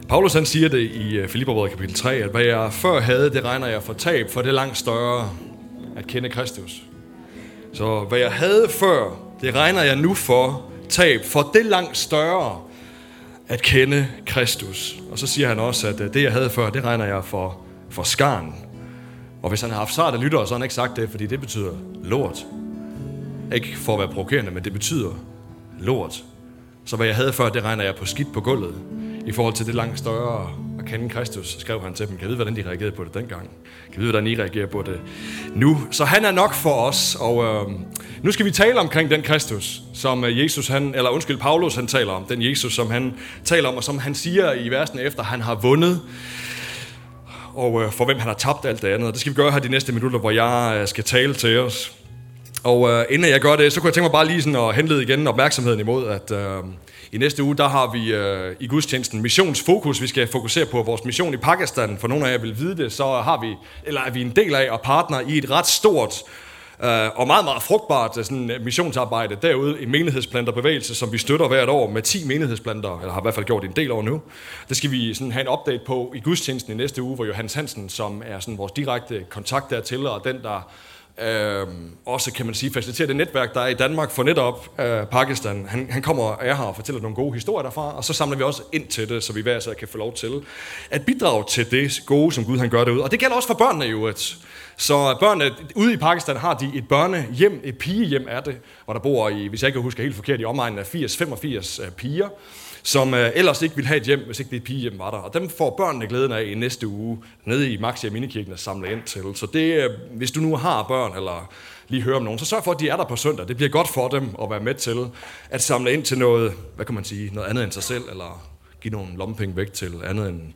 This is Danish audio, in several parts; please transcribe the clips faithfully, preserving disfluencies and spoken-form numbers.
Paulus han siger det i Filipperbrevet kapitel tre, at hvad jeg før havde, det regner jeg for tab, for det er langt større at kende Kristus. Så hvad jeg havde før, det regner jeg nu for tab, for det er langt større at kende Kristus. Og så siger han også, at det jeg havde før, det regner jeg for, for skarn. Og hvis han har haft sarte lyttere, så har han ikke sagt det, fordi det betyder lort. Ikke for at være provokerende, men det betyder lort. Så hvad jeg havde før, det regner jeg på skidt på gulvet. I forhold til det langt større at kende Kristus, skrev han til dem. Kan jeg vide, hvordan de reagerede på det dengang? Kan jeg vide, hvordan I reagerer på det nu? Så han er nok for os, og øh, nu skal vi tale omkring den Kristus, som Jesus, han, eller undskyld, Paulus, han taler om. Den Jesus, som han taler om, og som han siger i versene efter, han har vundet. Og øh, for hvem han har tabt alt det andet. Og det skal vi gøre her de næste minutter, hvor jeg øh, skal tale til os. Og øh, inden jeg gør det, så kunne jeg tænke mig bare lige sådan at henlede igen opmærksomheden imod, at øh, i næste uge, der har vi øh, i gudstjenesten missionsfokus. Vi skal fokusere på vores mission i Pakistan. For nogle af jer vil vide det, så har vi, eller er vi en del af og partner i et ret stort øh, og meget, meget frugtbart sådan, missionsarbejde derude i menighedsplanterbevægelse, som vi støtter hvert år med ti menighedsplanter, eller har i hvert fald gjort en del år nu. Det skal vi sådan have en update på i gudstjenesten i næste uge, hvor Johannes Hansen, som er sådan vores direkte kontakt dertil, og den, der Øh, også kan man sige facilitere det netværk, der er i Danmark for netop øh, Pakistan. Han, han kommer og er her og fortæller nogle gode historier derfra, og så samler vi også ind til det, så vi hver især kan få lov til at bidrage til det gode, som Gud han gør derude. Og det gælder også for børnene jo. At, så børnene ude i Pakistan har de et børnehjem, et pigehjem er det, hvor der bor i, hvis jeg ikke husker helt forkert, i omegnen af firs til femogfirs øh, piger, som øh, ellers ikke ville have et hjem, hvis ikke det et pigehjem var der. Og dem får børnene glæden af i næste uge, nede i Maxia Minikirken at samle ind til. Så det, øh, hvis du nu har børn, eller lige hører om nogen, så sørg for, at de er der på søndag. Det bliver godt for dem at være med til at samle ind til noget, hvad kan man sige, noget andet end sig selv, eller give nogle lommepenge væk til andet end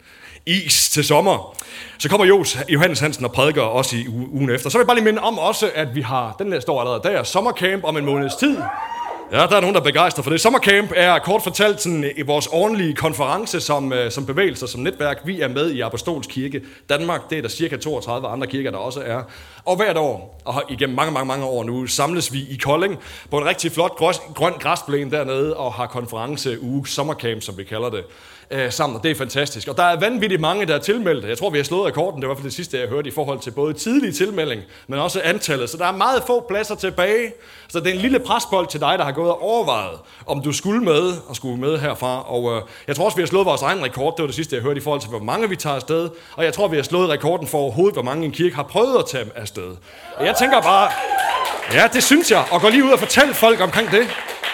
is til sommer. Så kommer Johannes Hansen og prædiker også i ugen efter. Så vil jeg bare lige minde om også, at vi har, den der står allerede der, sommercamp om en måneds tid. Ja, der er nogen, der er begejstret for det. Sommercamp er kort fortalt sådan i vores ordentlige konference som, som bevægelse, som netværk. Vi er med i Apostolsk Kirke Danmark. Det er der cirka toogtredive andre kirker, der også er. Og hvert år, og igennem mange, mange, mange år nu, samles vi i Kolding på en rigtig flot grøn græsplæne dernede og har konference uge, sommercamp, som vi kalder det, øh, sammen. Og det er fantastisk. Og der er vanvittigt mange, der er tilmeldt. Jeg tror, vi har slået rekorden. Det var i hvert fald det sidste, jeg hørte i forhold til både tidlig tilmelding, men også antallet. Så der er meget få pladser tilbage. Så det er en lille presbold til dig, der har gået og overvejet, om du skulle med og skulle med herfra. Og øh, jeg tror også, vi har slået vores egen rekord. Det var det sidste, jeg hørte i forhold til, hvor mange vi tager afsted. Og jeg tror, vi har slået rekorden for overhovedet, hvor mange en kirke har prøvet at tage afsted. Og jeg tænker bare, ja, det synes jeg. Og gå lige ud og fortæl folk omkring det.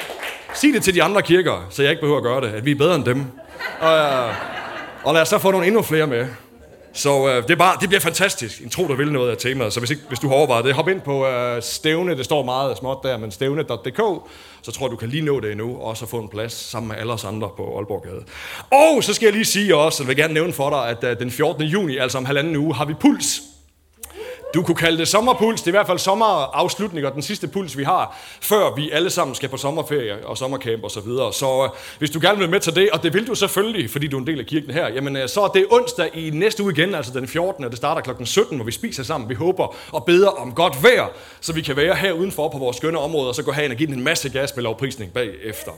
Sig det til de andre kirker, så jeg ikke behøver at gøre det, at vi er bedre end dem. Og, øh, og lad os så få nogle endnu flere med. Så øh, det, er bare, det bliver fantastisk. En tro, der vil noget af temaet. Så hvis, ikke, hvis du har overvejet det, hop ind på øh, Stævne. Det står meget småt der, men stævne punktum d k. Så tror du kan lige nå det endnu, og så få en plads sammen med alle os andre på Aalborggade. Og så skal jeg lige sige også, og vil gerne nævne for dig, at øh, den fjortende juni, altså om halvanden uge, har vi puls. Du kunne kalde det sommerpuls. Det er i hvert fald sommerafslutning og den sidste puls, vi har, før vi alle sammen skal på sommerferie og sommercamp og så videre. Så øh, hvis du gerne vil med til det, og det vil du selvfølgelig, fordi du er en del af kirken her, jamen øh, så er det onsdag i næste uge igen, altså den fjortende og det starter klokken sytten, hvor vi spiser sammen. Vi håber og beder om godt vejr, så vi kan være her udenfor på vores skønne område, og så gå hen og give den en masse gas med lovprisning bagefter.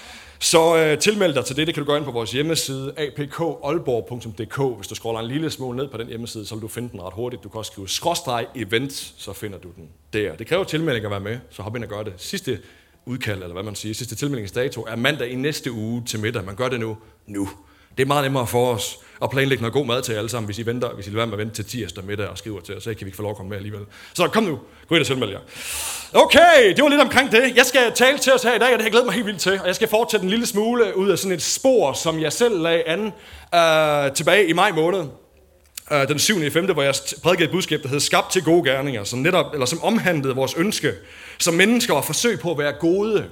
Så øh, tilmeld dig til det, det kan du gå ind på vores hjemmeside, a p k aalborg punktum d k. Hvis du scroller en lille smule ned på den hjemmeside, så vil du finde den ret hurtigt. Du kan også skrive skråstreg event, så finder du den der. Det kræver tilmelding at være med, så hop ind og gør det. Sidste udkald, eller hvad man siger, sidste tilmeldingsdato er mandag i næste uge til middag. Man gør det nu, nu. Det er meget nemmere for os at planlægge noget god mad til alle sammen, hvis I venter, hvis I vil være med at vente til tirsdag middag og skriver til os, så kan vi ikke få lov at komme med alligevel. Så kom nu, gå ind og tilmeld jer. Okay, det var lidt omkring det. Jeg skal tale til os her i dag, og det har jeg glædet mig helt vildt til. Og jeg skal fortsætte en lille smule ud af sådan et spor, som jeg selv lagde an øh, tilbage i maj måned. Øh, den syvende femte hvor jeg prædikede et budskab, der hed Skabt til gode gerninger, som, netop, eller som omhandlede vores ønske som mennesker og forsøg på at være gode.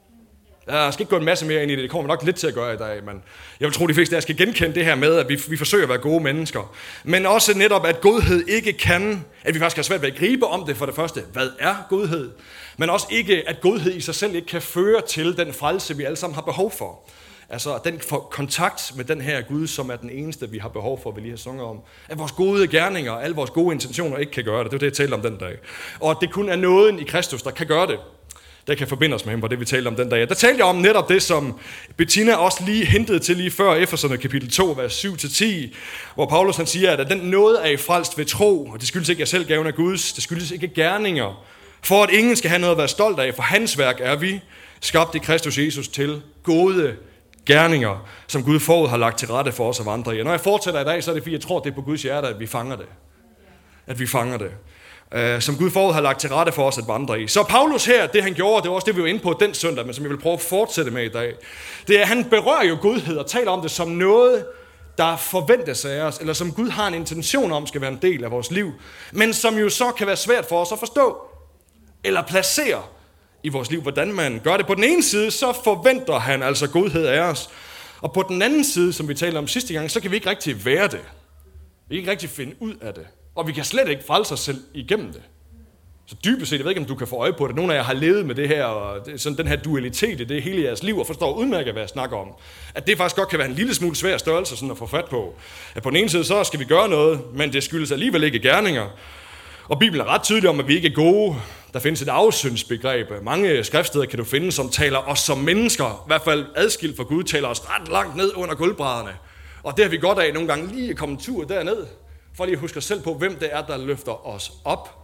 Jeg skal ikke gå en masse mere ind i det, det kommer nok lidt til at gøre i dag, men jeg vil tro, de fleste af jer skal genkende det her med, at vi, vi forsøger at være gode mennesker. Men også netop, at godhed ikke kan, at vi faktisk har svært ved at gribe om det for det første. Hvad er godhed? Men også ikke, at godhed i sig selv ikke kan føre til den frelse, vi alle sammen har behov for. Altså den kontakt med den her Gud, som er den eneste, vi har behov for, vi lige har sunget om. At vores gode gerninger, alle vores gode intentioner ikke kan gøre det. Det var det, jeg talte om den dag. Og at det kun er nåden i Kristus, der kan gøre det. der kan forbinde os med ham, på det vi talte om den dag. Der talte jeg om netop det, som Bettina også lige hentede til lige før, Efeserne kapitel to, vers syv til ti, hvor Paulus han siger, at den nåde er i frelst ved tro, og det skyldes ikke, at selv gaven af Guds, det skyldes ikke gerninger, for at ingen skal have noget at være stolt af, for hans værk er vi, skabt i Kristus Jesus til gode gerninger, som Gud forud har lagt til rette for os at vandre i. Og når jeg fortsætter i dag, så er det fordi, jeg tror, det er på Guds hjerte, at vi fanger det. At vi fanger det. Uh, som Gud forud har lagt til rette for os at vandre i. Så Paulus her, det han gjorde, det var også det, vi var inde på den søndag, men som jeg vil prøve at fortsætte med i dag, det er, at han berører jo godhed og taler om det som noget, der forventes af os, eller som Gud har en intention om, skal være en del af vores liv, men som jo så kan være svært for os at forstå, eller placere i vores liv, hvordan man gør det. På den ene side, så forventer han altså godhed af os, og på den anden side, som vi talte om sidste gang, så kan vi ikke rigtig være det. Vi kan ikke rigtig finde ud af det. Og vi kan slet ikke frelse os selv igennem det. Så dybest set, jeg ved ikke, om du kan få øje på det. Nogle af jer har levet med det her, og det, sådan den her dualitet i det hele jeres liv, og forstår udmærket, hvad jeg snakker om. At det faktisk godt kan være en lille smule svær størrelse sådan at få fat på. At på den ene side, så skal vi gøre noget, men det skyldes alligevel ikke gerninger. Og Bibelen er ret tydelig om, at vi ikke er gode. Der findes et afsyndsbegreb. Mange skriftsteder kan du finde, som taler os som mennesker, i hvert fald adskilt fra Gud, taler os ret langt ned under gulvbrædderne. Og det har vi godt af nogle gange lige at komme en tur derned, for lige at huske os selv på, hvem det er, der løfter os op.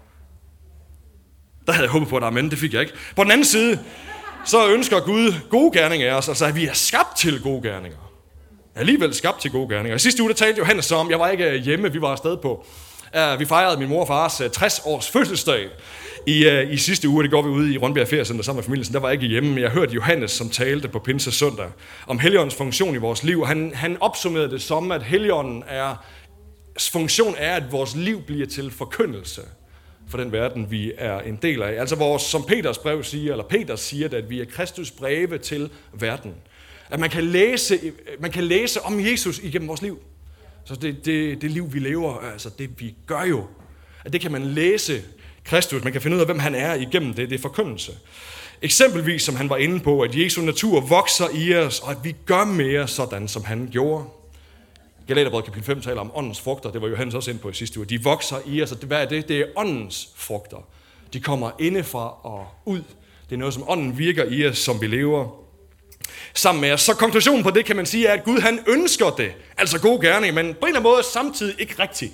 Der havde jeg håbet på et amen, det fik jeg ikke. På den anden side, så ønsker Gud gode gerninger af os, altså at vi er skabt til gode gerninger. Alligevel skabt til gode gerninger. I sidste uge, der talte Johannes så om, jeg var ikke hjemme, vi var afsted på. Uh, vi fejrede min mor og fars uh, tres års fødselsdag i, uh, i sidste uge, det går vi ude i Rundbjerg Feriecenter sammen med familien, så der var jeg ikke hjemme, men jeg hørte Johannes, som talte på Pinse søndag, om Helligåndens funktion i vores liv. Han, han opsummerede det som, at Helligånden er, funktion er, at vores liv bliver til forkyndelse for den verden, vi er en del af. Altså vores, som Peters brev siger, eller Peter siger det, at vi er Kristus breve til verden. At man kan læse, man kan læse om Jesus igennem vores liv. Så det, det, det liv, vi lever, altså det, vi gør jo, at det kan man læse Kristus. Man kan finde ud af, hvem han er igennem det. Det er forkyndelse. Eksempelvis, som han var inde på, at Jesu natur vokser i os, og at vi gør mere sådan, som han gjorde. Galaterbrevet kapitel fem taler om åndens frugter. Det var Johannes også inde på i sidste uge. De vokser i os, og hvad er det? Det er åndens frugter. De kommer indefra og ud. Det er noget, som ånden virker i os, som vi lever sammen med os. Så konklusionen på det kan man sige er, at Gud han ønsker det, altså gode gerninger, men på en eller anden måde samtidig ikke rigtig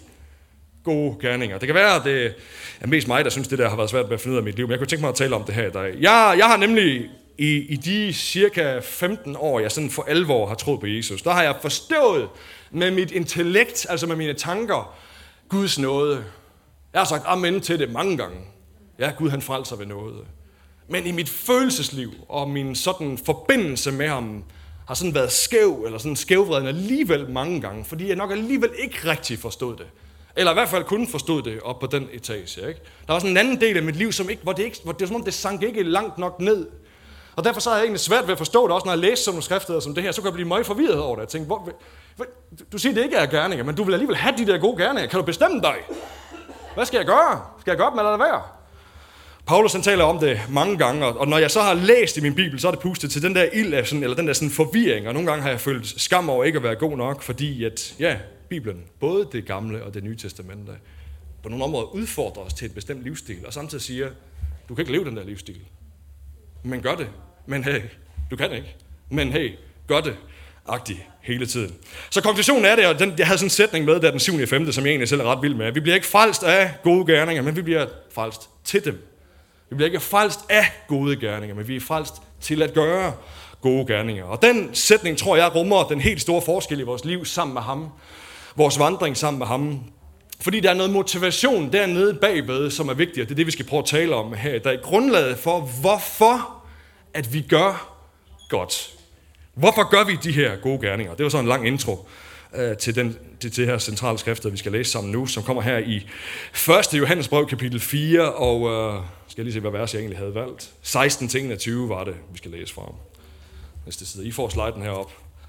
gode gerninger. Det kan være, at det er mest mig, der synes, det der har været svært ved at finde ud af mit liv, men jeg kunne tænke mig at tale om det her i dag. Jeg, jeg har nemlig i, i de cirka femten år, jeg sådan for alvor har troet på Jesus, der har jeg forstået med mit intellekt, altså med mine tanker, Guds nåde. Jeg har sagt amen til det mange gange. Ja, Gud han frelser ved nåde. Men i mit følelsesliv og min sådan forbindelse med ham har sådan været skæv, eller sådan skævvreden alligevel mange gange, fordi jeg nok alligevel ikke rigtig forstod det. Eller i hvert fald kun forstod det op på den etage. Ikke? Der var sådan en anden del af mit liv, som ikke, hvor, det ikke, hvor det var som om det sank ikke langt nok ned. Og derfor så har jeg egentlig svært ved at forstå det, også når jeg læser sådan nogle skrifter som det her, så kan jeg blive meget forvirret over det. Jeg tænker, hvor, hvor, du siger, det ikke er gerninger, men du vil alligevel have de der gode gerninger. Kan du bestemme dig? Hvad skal jeg gøre? Skal jeg gøre dem eller lade være? Paulus han taler om det mange gange, og når jeg så har læst i min bibel, så er det pustet til den der ild af sådan, eller den der sådan forvirring, og nogle gange har jeg følt skam over ikke at være god nok, fordi at, ja, Bibelen, både det gamle og det nye testamente, på nogle områder udfordrer os til et bestemt livsstil, og samtidig siger, du kan ikke leve den der livsstil, men gør det, men hey, du kan ikke, men hey, gør det, agtigt hele tiden. Så konklusionen er det, og den, jeg havde sådan en sætning med, der den syvende femte, som jeg egentlig selv er ret vild med, vi bliver ikke frelst af gode gerninger, men vi bliver frelst til dem. Vi bliver ikke frelst af gode gerninger, men vi er frelst til at gøre gode gerninger. Og den sætning, tror jeg, rummer den helt store forskel i vores liv sammen med ham. Vores vandring sammen med ham. Fordi der er noget motivation dernede bagved, som er vigtigt, og det er det, vi skal prøve at tale om her. Der er grundlaget for, hvorfor at vi gør godt. Hvorfor gør vi de her gode gerninger? Det var så en lang intro øh, til, den, til det her centrale skrifter, vi skal læse sammen nu, som kommer her i første Johannes brev, kapitel fire, og øh, skal jeg lige se, hvad vers jeg egentlig havde valgt. seksten til enogtyve var det, vi skal læse fra. Næste side. I får sliden herop.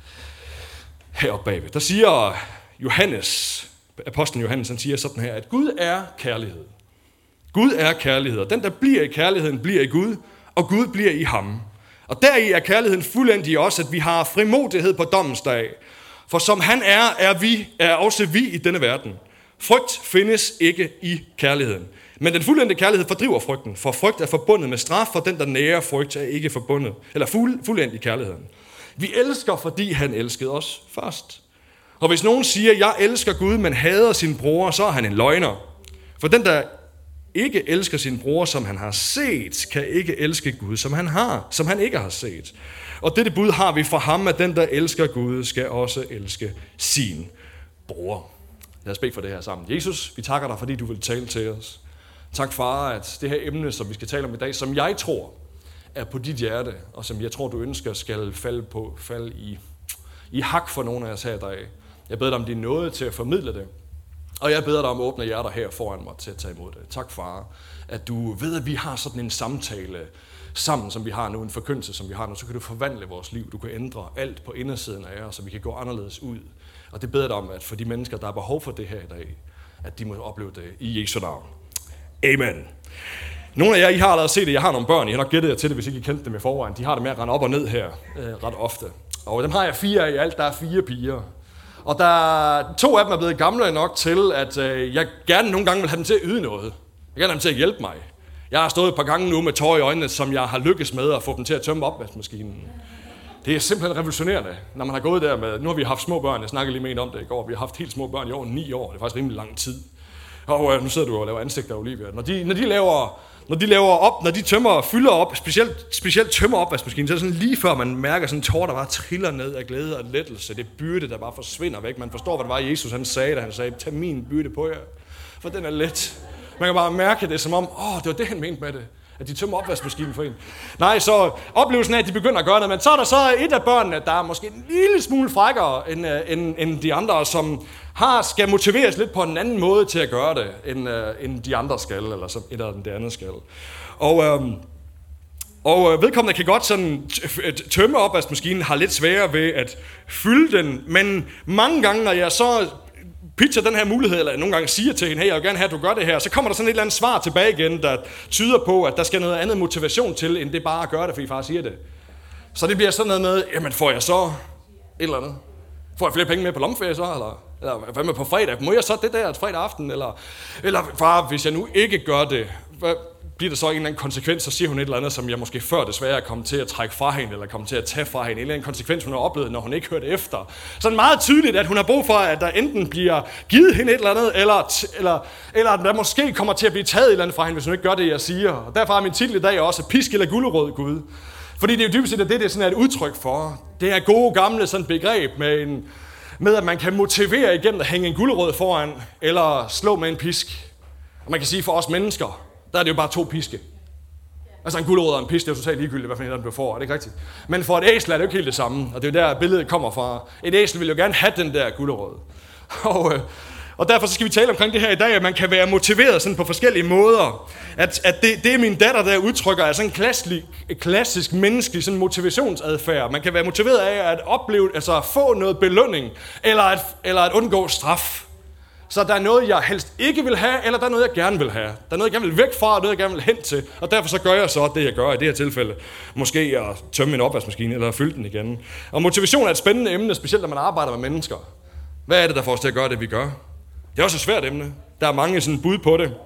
Heroppe bagved. Der siger Johannes, apostlen Johannes, han siger sådan her, at Gud er kærlighed. Gud er kærlighed, og den, der bliver i kærligheden, bliver i Gud, og Gud bliver i ham. Og deri er kærligheden fuldendt i os, at vi har frimodighed på dommens dag. For som han er, er vi, er også vi i denne verden. Frygt findes ikke i kærligheden. Men den fuldendte kærlighed fordriver frygten, for frygt er forbundet med straf, for den, der nærer frygt, er ikke forbundet, eller fuld, fuldendt i kærligheden. Vi elsker, fordi han elskede os først. Og hvis nogen siger, jeg elsker Gud, men hader sin bror, så er han en løgner. For den, der ikke elsker sin bror, som han har set, kan ikke elske Gud, som han har, som han ikke har set. Og dette bud har vi fra ham, at den, der elsker Gud, skal også elske sin bror. Lad os bede for det her sammen. Jesus, vi takker dig, fordi du vil tale til os. Tak, far, at det her emne, som vi skal tale om i dag, som jeg tror er på dit hjerte, og som jeg tror, du ønsker, skal falde, på, falde i, i hak for nogle af os her i dag. Jeg beder dig om din nåde til at formidle det, og jeg beder dig om at åbne hjerter her foran mig til at tage imod det. Tak, far, at du ved, at vi har sådan en samtale sammen, som vi har nu, en forkyndelse, som vi har nu, så kan du forvandle vores liv. Du kan ændre alt på indersiden af os, så vi kan gå anderledes ud. Og det beder jeg dig om, at for de mennesker, der har behov for det her i dag, at de må opleve det i Jesu navn. Amen. Nogle af jer, I har allerede set det. Jeg har nogle børn. I har nok gættet jer til det, hvis ikke I kendte dem i forvejen. De har det med at rende op og ned her øh, ret ofte. Og dem har jeg fire af i alt. Der er fire piger. Og der to af dem er blevet gamle nok til, at øh, jeg gerne nogle gange vil have dem til at yde noget. Jeg vil gerne have dem til at hjælpe mig. Jeg har stået et par gange nu med tår i øjnene, som jeg har lykkes med at få dem til at tømme opvaskemaskinen. Det er simpelthen revolutionerende, når man har gået der med... Nu har vi haft små børn. Jeg snakkede lige med en om det i går. Vi har haft helt små børn i over ni år. Det er faktisk rimelig lang tid. Og øh, nu sidder du og laver ansigter, Olivia. Når de, når de laver... Når de laver op, når de tømmer og fylder op, specielt, specielt tømmer opvaskemaskinen, så er det sådan lige før man mærker sådan en tår, der bare triller ned af glæde og lettelse. Det byrde, der bare forsvinder væk. Man forstår, hvad det var, Jesus han sagde, da han sagde, tag min byrde på jer, for den er let. Man kan bare mærke det som om, åh, det var det, han mente med det. At de tømmer opvaskemaskinen for en. Nej, så oplevelsen af, at de begynder at gøre det, men så er der så et af børnene, der er måske en lille smule frækkere end, end, end de andre, som har, skal motiveres lidt på en anden måde til at gøre det, end, uh, end de andre skal, eller som et eller det andet skal. Og, øhm, og vedkommende kan godt sådan tømme opvaskemaskinen, har lidt sværere ved at fylde den, men mange gange, når jeg så pitcher den her mulighed, eller nogle gange siger til hende, hey, jeg vil gerne have, at du gør det her, så kommer der sådan et eller andet svar tilbage igen, der tyder på, at der skal noget andet motivation til, end det bare at gøre det, fordi far siger det. Så det bliver sådan noget med, jamen får jeg så et eller andet? Får jeg flere penge med på lommeferie så, eller, eller hvad med på fredag? Må jeg så det der fredag aften? Eller, eller far, hvis jeg nu ikke gør det, hvad bliver der så en eller anden konsekvens, så siger hun et eller andet, som jeg måske før desværre er kommet til at trække fra hende, eller kommer til at tage fra hende. En eller anden konsekvens, hun har oplevet, når hun ikke hørte efter. Så det er meget tydeligt, at hun har brug for, at der enten bliver givet hende et eller andet, eller, eller, eller at der måske kommer til at blive taget et eller andet fra hende, hvis hun ikke gør det, jeg siger. Og derfor er min titel i dag også, pisk eller gulerod, Gud. Fordi det er jo dybest set det, det er sådan et udtryk for. Det er gode gamle sådan begreb med, en, med, at man kan motivere igennem at hænge en gulerod foran, eller slå med en pisk. Og man kan sige, for os mennesker, der er det jo bare to piske. Altså en gulerod og en pisk, det er jo totalt ligegyldigt, hvad for en der bliver for, er det ikke rigtigt? Men for et æsel er det jo ikke helt det samme, og det er jo der billedet kommer fra. Et æsel vil jo gerne have den der gulerod. Og, øh, og derfor så skal vi tale omkring det her i dag, at man kan være motiveret sådan på forskellige måder. At, at det, det er min datter, der udtrykker, er sådan en klassisk, klassisk menneskelig sådan motivationsadfærd. Man kan være motiveret af at opleve, altså at få noget belønning, eller at, eller at undgå straf. Så der er noget, jeg helst ikke vil have, eller der er noget, jeg gerne vil have. Der er noget, jeg gerne vil væk fra, og noget, jeg gerne vil hen til. Og derfor så gør jeg så det, jeg gør i det her tilfælde. Måske at tømme min opvaskemaskine, eller at fylde den igen. Og motivation er et spændende emne, specielt når man arbejder med mennesker. Hvad er det, der får os til at gøre det, vi gør? Det er også et svært emne. Der er mange sådan bud på det.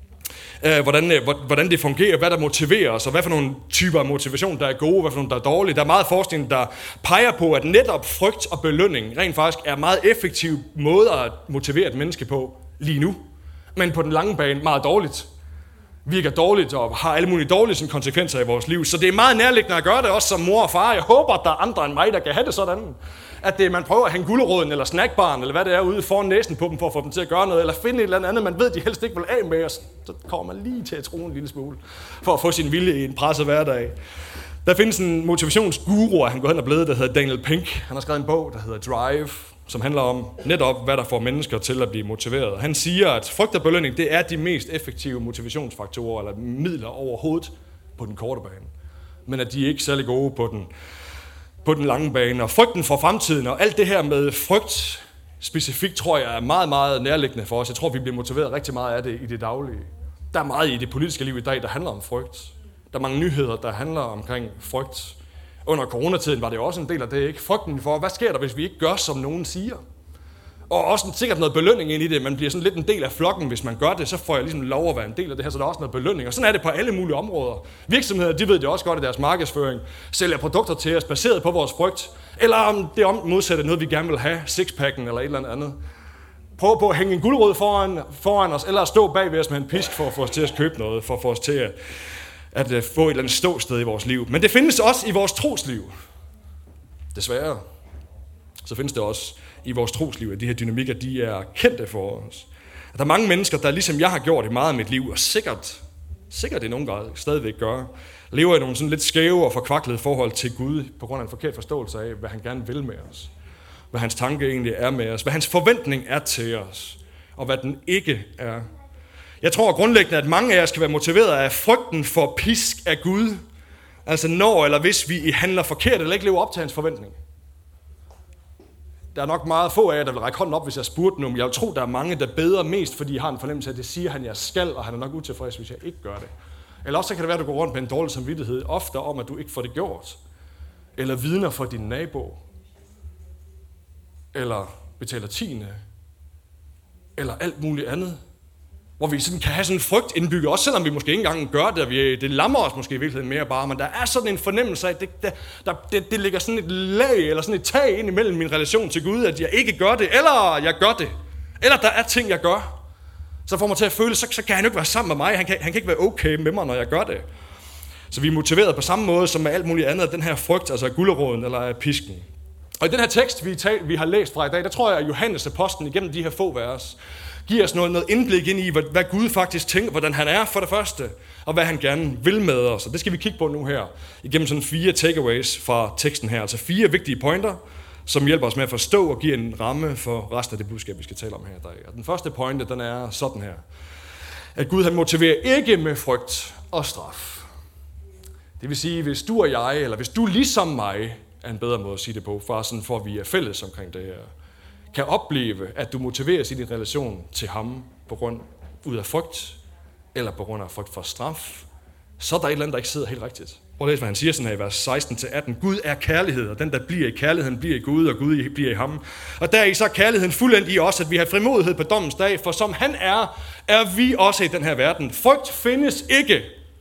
Hvordan, hvordan det fungerer, hvad der motiverer os, og hvad for nogle typer af motivation, der er gode, hvad for nogle, der er dårlige. Der er meget forskning, der peger på, at netop frygt og belønning rent faktisk er meget effektive måder at motivere et menneske på lige nu. Men på den lange bane meget dårligt. Virker dårligt og har alle mulige dårlige sådan, konsekvenser i vores liv. Så det er meget nærliggende at gøre det også som mor og far. Jeg håber, at der er andre end mig, der kan have det sådan. At det, man prøver at hænge guleroden eller snackbaren, eller hvad det er, ude foran næsen på dem, for at få dem til at gøre noget, eller finde et eller andet, man ved, de helst ikke vil af med, og så kommer man lige til at tro en lille smule, for at få sin vilje i en presset hverdag. Der findes en motivationsguru, han går hen og blevet, der hedder Daniel Pink. Han har skrevet en bog, der hedder Drive, som handler om netop, hvad der får mennesker til at blive motiveret. Han siger, at frygt og belønning, det er de mest effektive motivationsfaktorer, eller midler overhovedet på den korte bane. Men at de er ikke særlig gode på den på den lange bane, og frygten for fremtiden, og alt det her med frygt specifikt, tror jeg er meget, meget nærliggende for os. Jeg tror, vi bliver motiveret rigtig meget af det i det daglige. Der er meget i det politiske liv i dag, der handler om frygt. Der er mange nyheder, der handler omkring frygt. Under coronatiden var det også en del af det, ikke? Frygten for, hvad sker der, hvis vi ikke gør, som nogen siger? Og også sikkert noget belønning ind i det. Man bliver sådan lidt en del af flokken, hvis man gør det. Så får jeg ligesom lov at være en del af det her, så der er også noget belønning. Og sådan er det på alle mulige områder. Virksomheder, de ved det også godt i deres markedsføring. Sælger produkter til os, baseret på vores frygt. Eller om det om modsatte noget, vi gerne vil have. Sixpacken eller et eller andet. Prøv på at hænge en gulerod foran, foran os, eller at stå bag ved os med en pisk for at få os til at købe noget. For at få os til at, at få et eller andet ståsted i vores liv. Men det findes også i vores trosliv. Desværre. Så findes det også i vores trosliv, at de her dynamikker, de er kendte for os. At der er mange mennesker, der ligesom jeg har gjort i meget af mit liv, og sikkert, sikkert i nogen grad stadigvæk gør, lever i nogle sådan lidt skæve og forkvaklede forhold til Gud, på grund af en forkert forståelse af, hvad han gerne vil med os. Hvad hans tanke egentlig er med os. Hvad hans forventning er til os. Og hvad den ikke er. Jeg tror grundlæggende, at mange af os kan være motiveret af frygten for pisk af Gud. Altså når eller hvis vi handler forkert, eller ikke lever op til hans forventning. Der er nok meget få af jer, der vil række hånden op, hvis jeg spurgte nu. Jeg vil tro, der er mange, der beder mest, fordi de har en fornemmelse af, at det siger han, jeg skal, og han er nok utilfreds, hvis jeg ikke gør det. Eller også så kan det være, at du går rundt med en dårlig samvittighed, ofte om, at du ikke får det gjort. Eller vidner for din nabo. Eller betaler tiende. Eller alt muligt andet. Hvor vi sådan kan have sådan en frygt indbygget, også selvom vi måske ikke engang gør det, og vi, det lammer os måske i virkeligheden mere bare, men der er sådan en fornemmelse af, at det, der, det, det ligger sådan et lag, eller sådan et tag ind imellem min relation til Gud, at jeg ikke gør det, eller jeg gør det, eller der er ting, jeg gør, så får mig til at føle, så, så kan han jo ikke være sammen med mig, han kan, han kan ikke være okay med mig, når jeg gør det. Så vi er motiveret på samme måde som med alt muligt andet af den her frygt, altså af guleroden eller af pisken. Og i den her tekst, vi, tal, vi har læst fra i dag, der tror jeg, at Johannes apostlen igennem de her få vers, giver os noget, noget indblik ind i, hvad, hvad Gud faktisk tænker, hvordan han er for det første, og hvad han gerne vil med os. Og det skal vi kigge på nu her, igennem sådan fire takeaways fra teksten her. Altså fire vigtige pointer, som hjælper os med at forstå og giver en ramme for resten af det budskab, vi skal tale om her i dag. Og den første pointe, den er sådan her. At Gud han motiverer ikke med frygt og straf. Det vil sige, hvis du og jeg, eller hvis du ligesom mig, er en bedre måde at sige det på, for sådan for at vi er fælles omkring det her, kan opleve, at du motiveres i din relation til ham på grund ud af frygt, eller på grund af frygt for straf, så er der et eller andet, der ikke sidder helt rigtigt. Prøv at læse, hvad han siger sådan her i vers seksten til atten. Gud er kærlighed, og den, der bliver i kærligheden, bliver i Gud, og Gud bliver i ham. Og deri så er kærligheden fuldendt i os, at vi har frimodighed på dommens dag, for som han er, er vi også i den her verden. Frygt findes ikke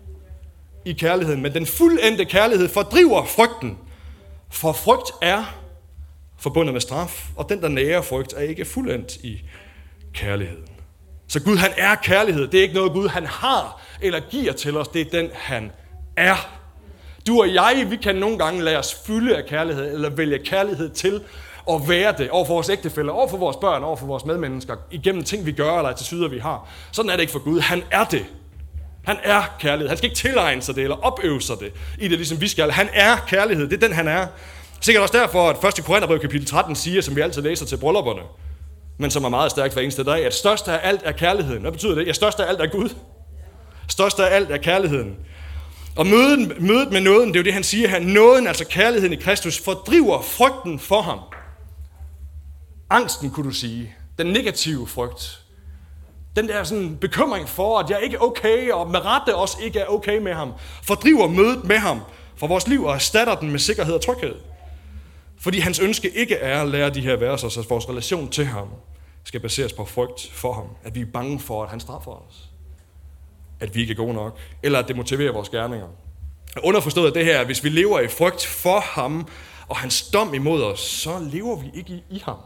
i kærligheden, men den fuldendte kærlighed fordriver frygten, for frygt er forbundet med straf, og den, der nærer frygt, er ikke fuldendt i kærligheden. Så Gud, han er kærlighed. Det er ikke noget, Gud, han har eller giver til os. Det er den, han er. Du og jeg, vi kan nogle gange lade os fylde af kærlighed, eller vælge kærlighed til at være det over for vores ægtefæller, over for vores børn, over for vores medmennesker, igennem ting, vi gør, eller til syder, vi har. Sådan er det ikke for Gud. Han er det. Han er kærlighed. Han skal ikke tilegne sig det, eller opøve sig det i det, ligesom vi skal. Han er kærlighed. Det er den, han er. Sikkert også derfor, at første Korintherbrev kapitel tretten siger, som vi altid læser til bryllupperne, men som er meget stærkt hver eneste dag, at størst af alt er kærligheden. Hvad betyder det? Ja, størst af alt er Gud. Størst af alt er kærligheden. Og mødet, mødet med nåden, det er jo det, han siger her. Nåden, altså kærligheden i Kristus, fordriver frygten for ham. Angsten, kunne du sige. Den negative frygt. Den der sådan bekymring for, at jeg ikke er okay, og med rette også ikke er okay med ham, fordriver mødet med ham fra vores liv og erstatter den med sikkerhed og tryghed. Fordi hans ønske ikke er at lære de her verser, så vores relation til ham skal baseres på frygt for ham. At vi er bange for, at han straffer os. At vi ikke er gode nok. Eller at det motiverer vores gerninger. Underforstået af det her, at hvis vi lever i frygt for ham og hans dom imod os, så lever vi ikke i, i ham.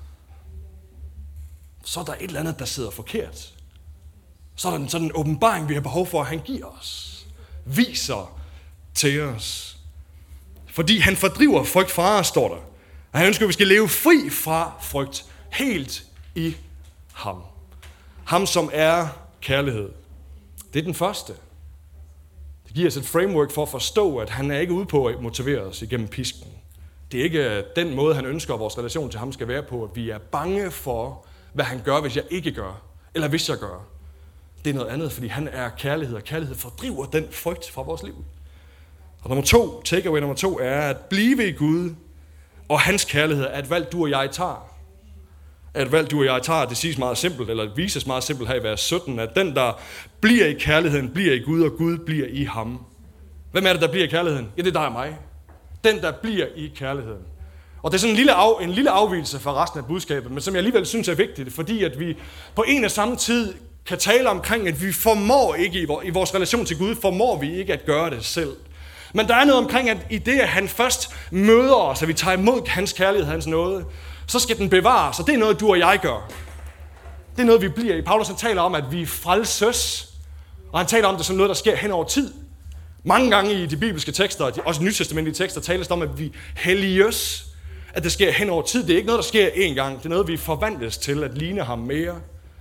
Så er der et eller andet, der sidder forkert. Så er der en sådan en åbenbaring, vi har behov for, at han giver os. Viser til os. Fordi han fordriver frygt fra os, står der. Og han ønsker, at vi skal leve fri fra frygt. Helt i ham. Ham, som er kærlighed. Det er den første. Det giver os et framework for at forstå, at han er ikke ude på at motivere os igennem pisken. Det er ikke den måde, han ønsker, at vores relation til ham skal være på, at vi er bange for, hvad han gør, hvis jeg ikke gør, eller hvis jeg gør. Det er noget andet, fordi han er kærlighed, og kærlighed fordriver den frygt fra vores liv. Og nummer to, takeaway nummer to, er at blive i Gud, og hans kærlighed er et valg, du og jeg tager. Et valg, du og jeg tager, det siges meget simpelt, eller det vises meget simpelt her i vers sytten, at den, der bliver i kærligheden, bliver i Gud, og Gud bliver i ham. Hvem er det, der bliver i kærligheden? Ja, det er dig og mig. Den, der bliver i kærligheden. Og det er sådan en lille, af, en lille afvigelse fra resten af budskabet, men som jeg alligevel synes er vigtigt, fordi at vi på en og samme tid kan tale omkring, at vi formår ikke, i vores relation til Gud, formår vi ikke at gøre det selv. Men der er noget omkring, at i det, at han først møder os, at vi tager imod hans kærlighed, hans nåde, så skal den bevares, og det er noget, du og jeg gør. Det er noget, vi bliver i. Paulus han taler om, at vi frelses, og han taler om det som noget, der sker hen over tid. Mange gange i de bibelske tekster, også nytestamentlige tekster, tales om, at vi helliges, at det sker hen over tid. Det er ikke noget, der sker én gang. Det er noget, vi forvandles til at ligne ham mere.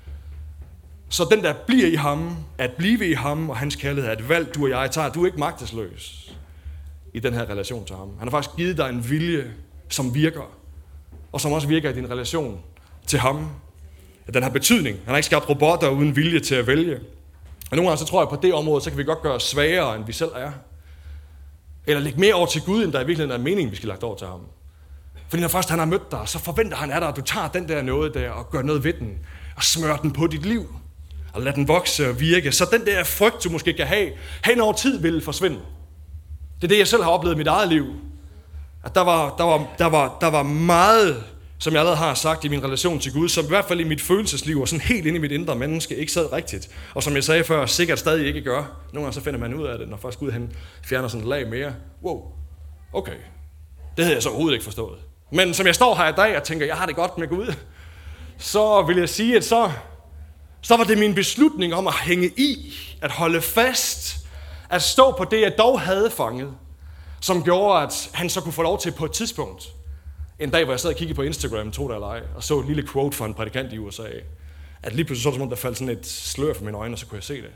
Så den, der bliver i ham, at blive i ham og hans kærlighed, er et valg, du og jeg tager. Du er ikke magtesløs i den her relation til ham. Han har faktisk givet dig en vilje, som virker, og som også virker i din relation til ham. At den har betydning. Han har ikke skabt robotter uden vilje til at vælge. Og nogle gange så tror jeg, på det område, så kan vi godt gøre os svagere, end vi selv er. Eller lægge mere over til Gud, end der i virkeligheden er meningen, vi skal lagt over til ham. Fordi når først han har mødt dig, så forventer han af dig, at du tager den der noget der og gør noget ved den. Og smører den på dit liv. Og lad den vokse og virke. Så den der frygt, du måske kan have, hen over tid vil forsvinde. Det er det, jeg selv har oplevet i mit eget liv. At der var, der var, der var, der var meget, som jeg allerede har sagt i min relation til Gud, som i hvert fald i mit følelsesliv og sådan helt inde i mit indre menneske ikke sad rigtigt. Og som jeg sagde før, sikkert stadig ikke gør. Nogle gange så finder man ud af det, når først Gud han fjerner sådan et lag mere. Wow, okay. Det havde jeg så overhovedet ikke forstået. Men som jeg står her i dag og tænker, jeg har det godt med Gud, så vil jeg sige, at så, så var det min beslutning om at hænge i, at holde fast, at stå på det, jeg dog havde fanget, som gjorde, at han så kunne få lov til på et tidspunkt, en dag, hvor jeg sad og kiggede på Instagram, tro det eller ej, og så et lille quote fra en prædikant i U S A, at lige pludselig så det som om, der faldt sådan et slør for mine øjne, og så kunne jeg se det.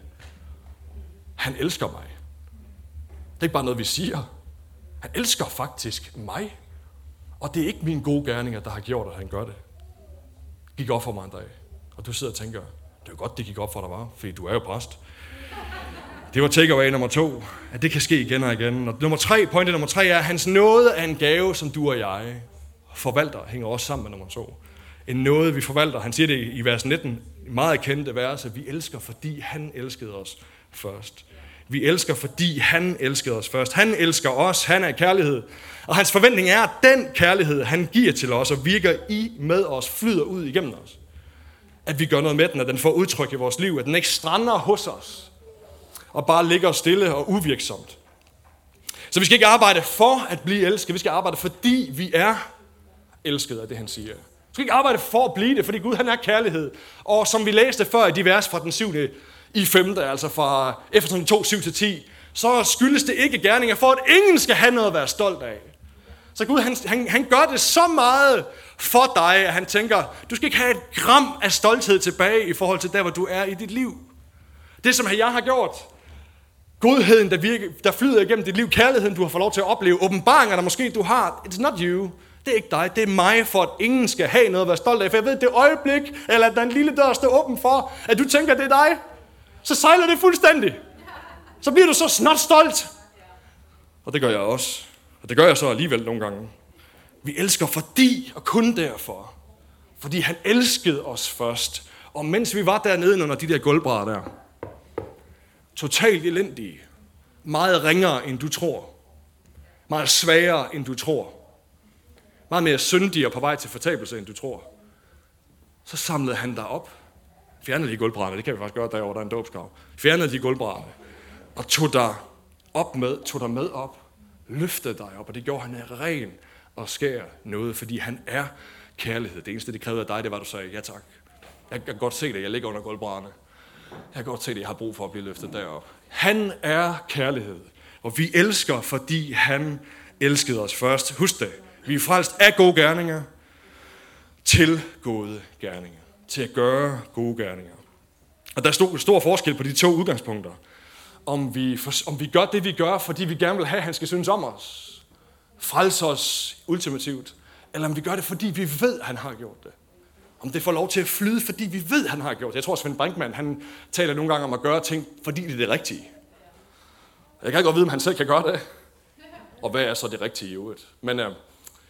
Han elsker mig. Det er ikke bare noget, vi siger. Han elsker faktisk mig. Og det er ikke mine gode gerninger, der har gjort, at han gør det. Det gik op for mig en dag. Og du sidder og tænker, det er godt, det gik op for dig, var, fordi du er jo præst. Det var takeaway nummer to, at det kan ske igen og igen. Og nummer tre, pointet nummer tre er, at hans nåde er en gave, som du og jeg forvalter, hænger også sammen med nummer to. En nåde, vi forvalter. Han siger det i vers nitten, meget kendte vers, at vi elsker, fordi han elskede os først. Vi elsker, fordi han elskede os først. Han elsker os, han er kærlighed. Og hans forventning er, at den kærlighed, han giver til os og virker i med os, flyder ud igennem os. At vi gør noget med den, at den får udtryk i vores liv, at den ikke strander hos os og bare ligger stille og uvirksomt. Så vi skal ikke arbejde for at blive elsket, vi skal arbejde, fordi vi er elsket af det, han siger. Vi skal ikke arbejde for at blive det, fordi Gud han er kærlighed. Og som vi læste før i de vers fra den syvende i femte, altså fra Efesolerne to, syv til ti, så skyldes det ikke gerninger for, at ingen skal have noget at være stolt af. Så Gud, han, han, han gør det så meget for dig, at han tænker, du skal ikke have et gram af stolthed tilbage i forhold til der, hvor du er i dit liv. Det, som jeg har gjort, godheden, der, virker, der flyder igennem dit liv, kærligheden, du har fået lov til at opleve, åbenbaringer, der måske du har, it's not you. Det er ikke dig, det er mig, for at ingen skal have noget at være stolt af. For jeg ved, det øjeblik, eller at der er en lille dør, står åben for, at du tænker, det er dig, så sejler det fuldstændig. Så bliver du så snot stolt. Og det gør jeg også. Og det gør jeg så alligevel nogle gange. Vi elsker fordi, og kun derfor. Fordi han elskede os først. Og mens vi var dernede under de der gulvbrædder der, totalt elendige, meget ringere end du tror, meget svagere end du tror, meget mere syndige og på vej til fortabelse end du tror, så samlede han dig op, fjernede de gulvbrædderne, det kan vi faktisk gøre derovre, der er en dåbsgrav, fjernede de gulvbrædderne, og tog dig op med, tog dig med op, løftede dig op, og det gjorde han af ren og skær noget, fordi han er kærlighed. Det eneste, det krævede af dig, det var, at du sagde, ja tak, jeg kan godt se det, jeg ligger under gulvbrædderne. Jeg kan godt se det, jeg har brug for at blive løftet derop. Han er kærlighed, og vi elsker, fordi han elskede os først. Husk det, vi er frelst af gode gerninger til gode gerninger. Til at gøre gode gerninger. Og der er stor, stor forskel på de to udgangspunkter. Om vi, om vi gør det, vi gør, fordi vi gerne vil have, at han skal synes om os. Frelse os ultimativt. Eller om vi gør det, fordi vi ved, at han har gjort det. Om det får lov til at flyde, fordi vi ved, at han har gjort det. Jeg tror, Svend Brinkmann, han taler nogle gange om at gøre ting, fordi det er det rigtige. Jeg kan ikke godt vide, om han selv kan gøre det. Og hvad er så det rigtige i øvrigt? Men øh,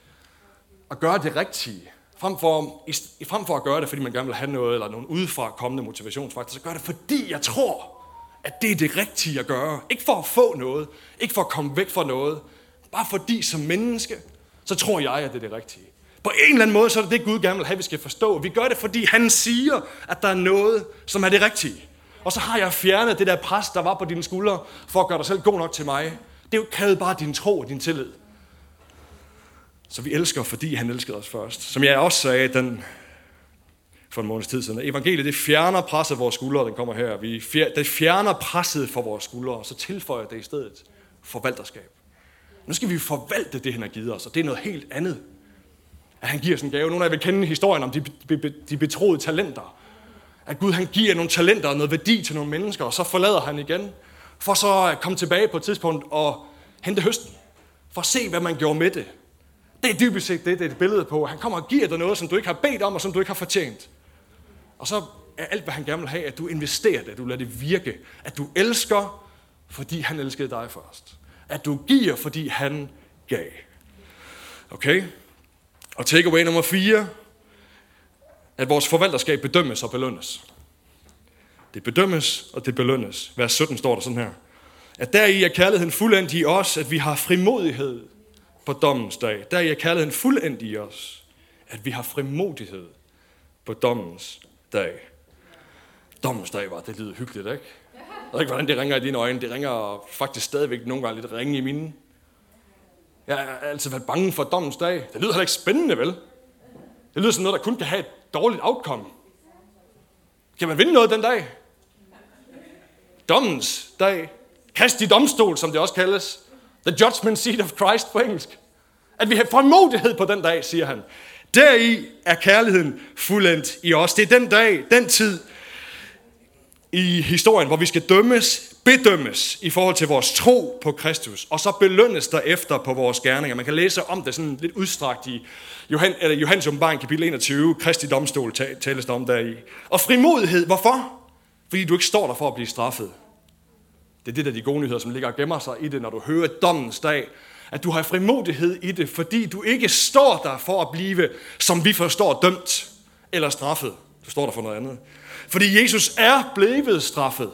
at gøre det rigtige, frem for, i, frem for at gøre det, fordi man gerne vil have noget, eller nogle udefra kommende motivationsfaktorer, så gør det, fordi jeg tror, at det er det rigtige at gøre. Ikke for at få noget, ikke for at komme væk fra noget, bare fordi som menneske, så tror jeg, at det er det rigtige. På en eller anden måde, så er det det, Gud gerne vil have, vi skal forstå. Vi gør det, fordi han siger, at der er noget, som er det rigtige. Og så har jeg fjernet det der pres, der var på dine skuldre, for at gøre dig selv god nok til mig. Det krævede bare din tro og din tillid. Så vi elsker, fordi han elskede os først. Som jeg også sagde den, for en måneds tid siden. Evangeliet, det fjerner presset af vores skuldre, den kommer her. Vi fjer, det fjerner presset for vores skuldre, og så tilføjer det i stedet forvalterskab. Nu skal vi forvalte det, han har givet os, og det er noget helt andet. At han giver os en gave. Nogle af jer vil kende historien om de, de betroede talenter. At Gud han giver nogle talenter og noget værdi til nogle mennesker, og så forlader han igen. For så at komme tilbage på et tidspunkt og hente høsten. For at se, hvad man gjorde med det. Det er dybest set det, det er et billede på. Han kommer og giver dig noget, som du ikke har bedt om, og som du ikke har fortjent. Og så er alt, hvad han gerne vil have, at du investerer det, at du lader det virke. At du elsker, fordi han elskede dig først. At du giver, fordi han gav. Okay? Og takeaway nummer fire. At vores forvalterskab bedømmes og belønnes. Det bedømmes, og det belønnes. Vers sytten står der sådan her. At deri er kærligheden fuldendt i os, at vi har frimodighed på dommens dag. Deri er kærligheden fuldendt i os, at vi har frimodighed på dommens dag. Dommens dag var, det lyder hyggeligt, ikke? Jeg ved ikke, hvordan det ringer i dine øjne. Det ringer faktisk stadigvæk nogle gange lidt ringe i mine. Jeg har altid været bange for dommens dag. Det lyder heller ikke spændende, vel? Det lyder som noget, der kun kan have et dårligt outcome. Kan man vinde noget den dag? Dommens dag. Kristi domstol, som det også kaldes. The judgment seat of Christ på engelsk. At vi har frimodighed på den dag, siger han. Deri er kærligheden fuldendt i os. Det er den dag, den tid i historien, hvor vi skal dømmes, bedømmes i forhold til vores tro på Kristus, og så belønnes der efter på vores gerninger. Man kan læse om det sådan lidt udstrakt i Johan, eller Johannes åbenbaring kapitel enogtyve, Kristi domstol tales der om deri. Og frimodighed, hvorfor? Fordi du ikke står der for at blive straffet. Det er det der de gode nyheder, som ligger og gemmer sig i det, når du hører dommens dag. At du har frimodighed i det, fordi du ikke står der for at blive, som vi forstår, dømt eller straffet. Du står der for noget andet. Fordi Jesus er blevet straffet.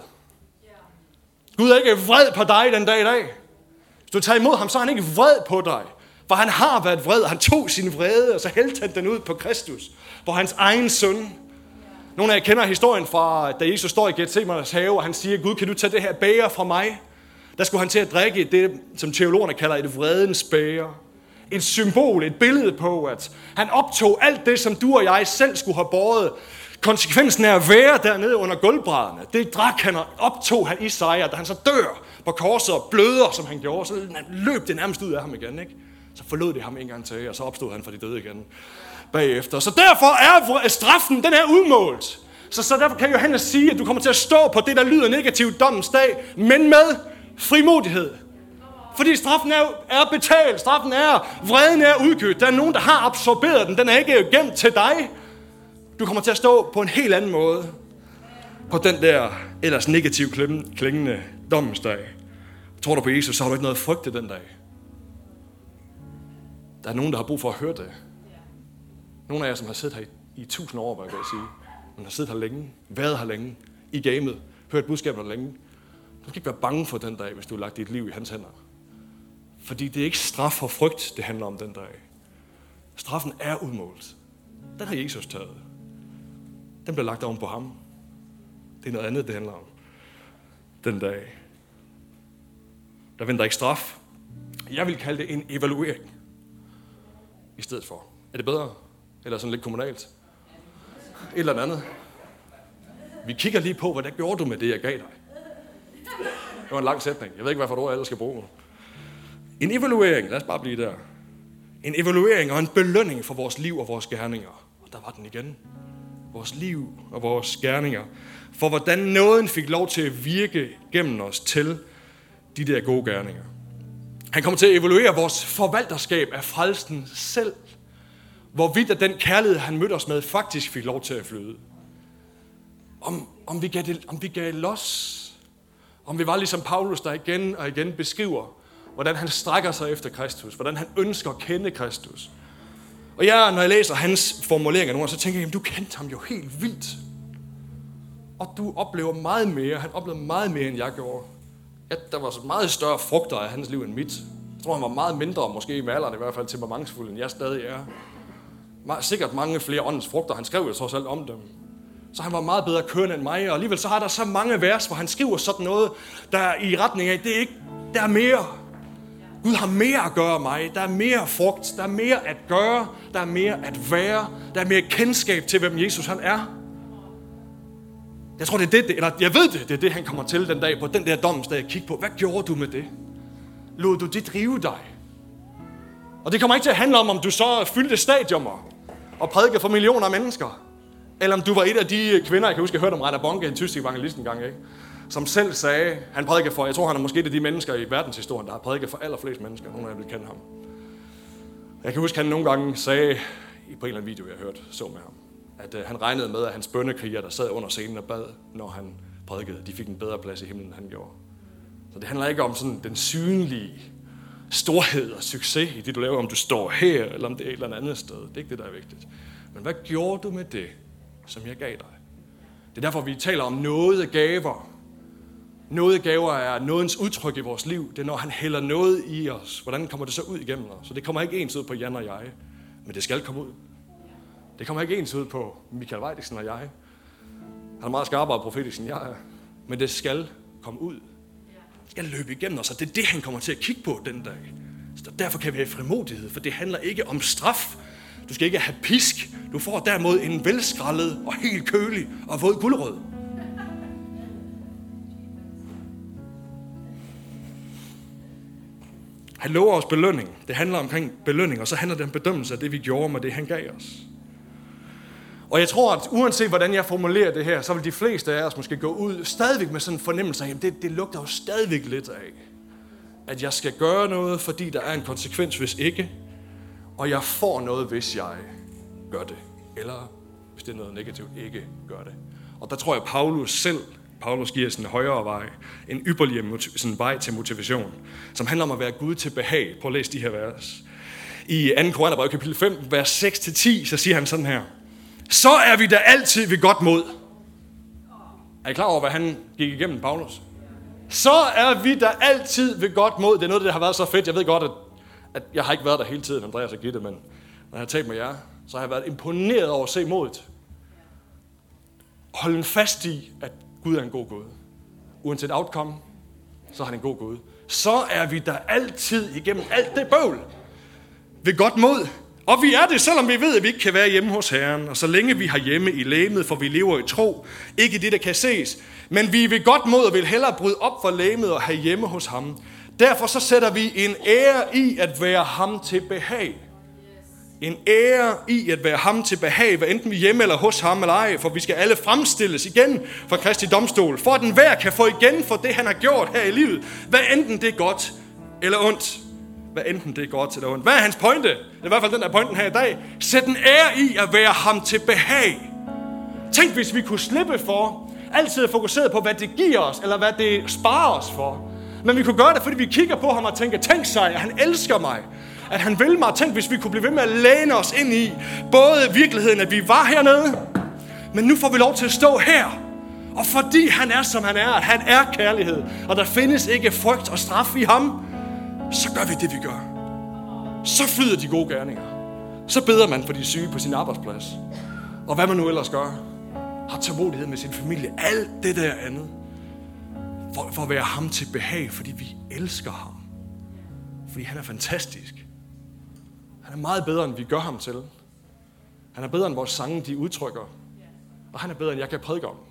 Gud er ikke vred på dig den dag i dag. Hvis du tager imod ham, så er han ikke vred på dig. For han har været vred. Han tog sin vrede, og så hældte han den ud på Kristus. For hans egen søn. Nogle af jer kender historien fra, da Jesus står i Getsemanes have, og han siger, Gud, kan du tage det her bæger fra mig? Der skulle han til at drikke det, som teologerne kalder et vredens bæger. Et symbol, et billede på, at han optog alt det, som du og jeg selv skulle have båret. Konsekvensen af at være dernede under gulvbrædderne, det drak han og optog han i sig, og da han så dør på korset og bløder, som han gjorde, så løb det nærmest ud af ham igen, ikke? Så forlod det ham en gang til, og så opstod han fra de døde igen bagefter. Så derfor er straffen, den er udmålt. Så, så derfor kan Johannes sige, at du kommer til at stå på det, der lyder negativt dommens dag, men med frimodighed. Fordi straffen er, er betalt, straffen er, vreden er udgivet. Der er nogen, der har absorberet den, den er ikke gemt til dig. Du kommer til at stå på en helt anden måde på den der ellers negativt klingende dommens dag. Tror du på Jesus, så har du ikke noget at frygte den dag. Der er nogen, der har brug for at høre det. Nogle af jer, som har siddet her i, i tusind år, hvad jeg kan sige. Man har siddet her længe, været her længe, i gamet, hørt budskaberne længe. Du skal ikke være bange for den dag, hvis du har lagt dit liv i hans hænder. Fordi det er ikke straf og frygt, det handler om den dag. Straffen er udmålt. Den har Jesus taget. Den bliver lagt oven på ham. Det er noget andet, det handler om. Den dag. Der venter ikke straf. Jeg vil kalde det en evaluering. I stedet for. Er det bedre? Eller sådan lidt kommunalt? Et eller andet. Vi kigger lige på, hvad der gjorde du med det, jeg gav dig. Det var en lang sætning. Jeg ved ikke, hvad for et ord jeg ellers skal bruge. En evaluering. Lad os bare blive der. En evaluering og en belønning for vores liv og vores gerninger. Og der var den igen. Vores liv og vores gerninger. For hvordan nåden fik lov til at virke gennem os til de der gode gerninger. Han kommer til at evaluere vores forvalterskab af frelsen selv. Hvorvidt at den kærlighed, han mødte os med, faktisk fik lov til at flyde. Om, om, vi gav det, om vi gav los. Om vi var ligesom Paulus, der igen og igen beskriver, hvordan han strækker sig efter Kristus. Hvordan han ønsker at kende Kristus. Og jeg, når jeg læser hans formuleringer nogle, så tænker jeg, jamen, du kendte ham jo helt vildt. Og du oplever meget mere. Han oplevede meget mere, end jeg gjorde. Ja, der var så meget større frugter af hans liv end mit. tror, han var meget mindre, måske med alderen i hvert fald, temperamentsfuld, end jeg stadig er. Sikkert mange flere åndens frugter. Han skrev jo trods alt om dem. Så han var meget bedre kørende end mig, og alligevel så har der så mange vers, hvor han skriver sådan noget, der er i retning af, det er ikke, der er mere. Gud har mere at gøre mig. Der er mere frugt. Der er mere at gøre. Der er mere at være. Der er mere kendskab til, hvem Jesus han er. Jeg tror, det er det, eller jeg ved det, det er det, han kommer til den dag, på den der domsdag, at kigge på. Hvad gjorde du med det? Lod du det drive dig? Og det kommer ikke til at handle om, om du så fyldte stadioner og prædikede for millioner af mennesker. Eller om du var et af de kvinder, jeg kan huske, jeg hørte om Rainer Bonke, en tysk evangelist engang, ikke? Som selv sagde, han prædikede for, jeg tror, han er måske et af de mennesker i verdenshistorien, der har prædiket for allerflest mennesker. Nogle af jer vil kende ham. Jeg kan huske, han nogle gange sagde, i på en eller anden video, jeg hørte, så med ham, at uh, han regnede med, at hans bønnekriger, der sad under scenen og bad, når han prædikede, de fik en bedre plads i himlen, end han gjorde. Så det handler ikke om sådan den synlige storhed og succes i det, du laver, om du står her, eller om det er et eller andet sted. Det er ikke det, der er vigtigt. Men hvad gjorde du med det, som jeg gav dig? Det er derfor, vi taler om nådegaver. Nådegaver er nådens udtryk i vores liv. Det er, når han hælder noget i os. Hvordan kommer det så ud igennem os? Så det kommer ikke ens ud på Jan og jeg, men det skal komme ud. Det kommer ikke ens ud på Michael Weidiksen og jeg. Han er meget skarpere profetisk end jeg er. Men det skal komme ud. Det skal løbe igennem os, og det er det, han kommer til at kigge på den dag. Så derfor kan vi have frimodighed, for det handler ikke om straf. Du skal ikke have pisk. Du får derimod en velskrællet og helt kølig og våd gulerod. Han lover os belønning. Det handler omkring belønning, og så handler det om bedømmelse af det, vi gjorde med det, han gav os. Og jeg tror, at uanset hvordan jeg formulerer det her, så vil de fleste af os måske gå ud stadigvæk med sådan en fornemmelse af, at det, det lugter jo stadigvæk lidt af, at jeg skal gøre noget, fordi der er en konsekvens, hvis ikke, og jeg får noget, hvis jeg gør det. Eller hvis det er noget negativt, ikke gør det. Og der tror jeg, Paulus selv, Paulus giver sådan en højere vej, en ypperligere sådan vej til motivation, som handler om at være Gud til behag. Prøv at læse de her vers. I anden Korintherbrev kapitel fem, vers seks til ti, så siger han sådan her. Så er vi da altid ved godt mod. Er I klar over, hvad han gik igennem, Paulus? Så er vi da altid ved godt mod. Det er noget, der har været så fedt. Jeg ved godt, at, at jeg har ikke været der hele tiden, Andreas og Gitte, men når jeg har talt med jer, så har jeg været imponeret over at se modet. Holde fast i, at Gud er en god Gud. Uanset outcome, så har han en god Gud. Så er vi da altid igennem alt det bøvl ved godt mod. Og vi er det, selvom vi ved, at vi ikke kan være hjemme hos Herren. Og så længe vi har hjemme i legemet, for vi lever i tro. Ikke det, der kan ses. Men vi er ved godt mod og vil hellere bryde op for legemet og have hjemme hos ham. Derfor så sætter vi en ære i at være ham til behag. En ære i at være ham til behag, hvad enten vi hjemme eller hos ham eller ej. For vi skal alle fremstilles igen for Kristi domstol. For at den hver kan få igen for det, han har gjort her i livet. Hvad enten det er godt eller ondt. Hvad enten det er godt eller ondt. Hvad er hans pointe? Det er i hvert fald den der pointen her i dag. Sæt en ære i at være ham til behag. Tænk, hvis vi kunne slippe for altid at fokusere på, hvad det giver os, eller hvad det sparer os for. Men vi kunne gøre det, fordi vi kigger på ham og tænker, tænk sig, at han elsker mig. At han vil mig. Tænk, hvis vi kunne blive ved med at læne os ind i både virkeligheden, at vi var hernede, men nu får vi lov til at stå her. Og fordi han er, som han er, at han er kærlighed, og der findes ikke frygt og straf i ham, så gør vi det, vi gør. Så flyder de gode gerninger. Så beder man for de syge på sin arbejdsplads. Og hvad man nu ellers gør. Har tålmodighed med sin familie. Alt det der andet. For, for at være ham til behag, fordi vi elsker ham. Fordi han er fantastisk. Han er meget bedre, end vi gør ham til. Han er bedre, end vores sange, de udtrykker. Og han er bedre, end jeg kan prædike om.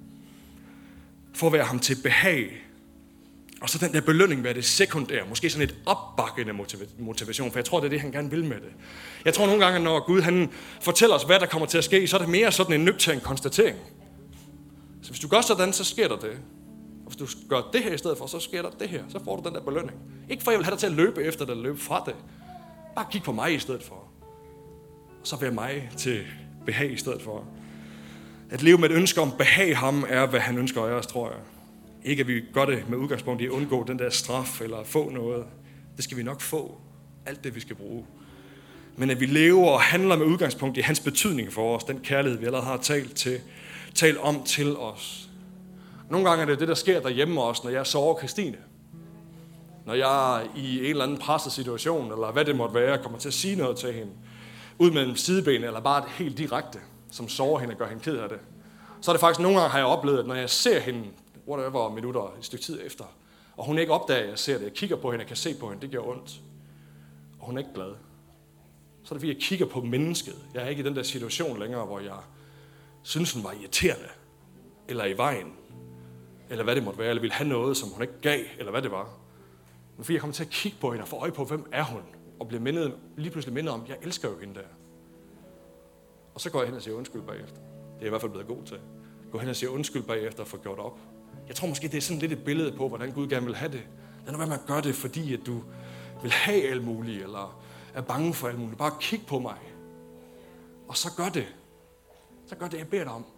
For at være ham til behag. Og så den der belønning være det sekundære. Måske sådan et opbakkende motivation. For jeg tror, det er det, han gerne vil med det. Jeg tror nogle gange, når Gud han fortæller os, hvad der kommer til at ske, så er det mere sådan en nøgtern konstatering. Så hvis du gør sådan, så sker der det. Og hvis du gør det her i stedet for, så sker der det her. Så får du den der belønning. Ikke for, jeg vil have dig til at løbe efter det, eller løbe fra det. Bare kig på mig i stedet for. Og så vær mig til behag i stedet for. At leve med et ønske om behag ham, er hvad han ønsker af os, tror jeg. Ikke at vi gør det med udgangspunkt i at undgå den der straf, eller få noget. Det skal vi nok få. Alt det, vi skal bruge. Men at vi lever og handler med udgangspunkt i hans betydning for os. Den kærlighed, vi allerede har talt, til, talt om til os. Nogle gange er det det, der sker derhjemme også, når jeg sover Christine. Når jeg i en eller anden presset situation, eller hvad det måtte være, kommer til at sige noget til hende, ud med en sideben, eller bare helt direkte, som sårer hende og gør hende ked af det. Så er det faktisk nogle gange, har jeg oplevet, at når jeg ser hende, whatever minutter, et stykke tid efter, og hun ikke opdager, at jeg ser det, jeg kigger på hende, jeg kan se på hende, det gør ondt. Og hun er ikke glad. Så er det fordi, jeg kigger på mennesket. Jeg er ikke i den der situation længere, hvor jeg synes, hun var irriterende, eller i vejen, eller hvad det måtte være, eller ville have noget, som hun ikke gav, eller hvad det var. Men fordi jeg kommer til at kigge på hende og få øje på, hvem er hun, og bliver mindet, lige pludselig mindet om, jeg elsker jo hende der. Og så går jeg hen og siger undskyld bagefter. Det er jeg i hvert fald blevet god til. Gå hen og sige undskyld bagefter og få gjort op. Jeg tror måske, det er sådan lidt et billede på, hvordan Gud gerne vil have det. Lad nu være med at gøre det, fordi at du vil have alt muligt, eller er bange for alt muligt. Bare kig på mig. Og så gør det. Så gør det, jeg beder dig om.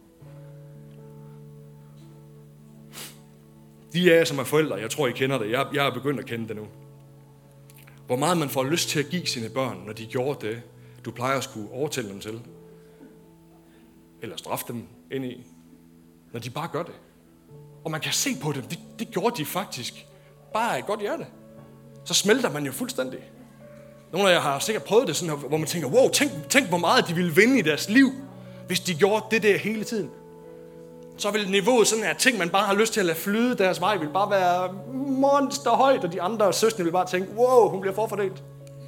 De af jer, som er forældre, jeg tror, I kender det. Jeg, jeg er begyndt at kende det nu. Hvor meget man får lyst til at give sine børn, når de gjorde det, du plejer at skulle overtale dem til. Eller straffe dem ind i. Når de bare gør det. Og man kan se på dem, det, det gjorde de faktisk. Bare et godt hjerte. Så smelter man jo fuldstændig. Nogle af jer har sikkert prøvet det sådan her, hvor man tænker, wow, tænk, tænk hvor meget de ville vinde i deres liv, hvis de gjorde det der hele tiden. Så vil niveauet sådan her ting, man bare har lyst til at lade flyde deres vej, vil bare være monsterhøjt, og de andre søskende vil bare tænke, wow, hun bliver forfordelt.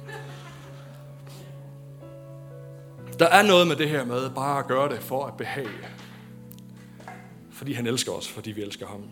Der er noget med det her med bare at gøre det for at behage. Fordi han elsker os, fordi vi elsker ham.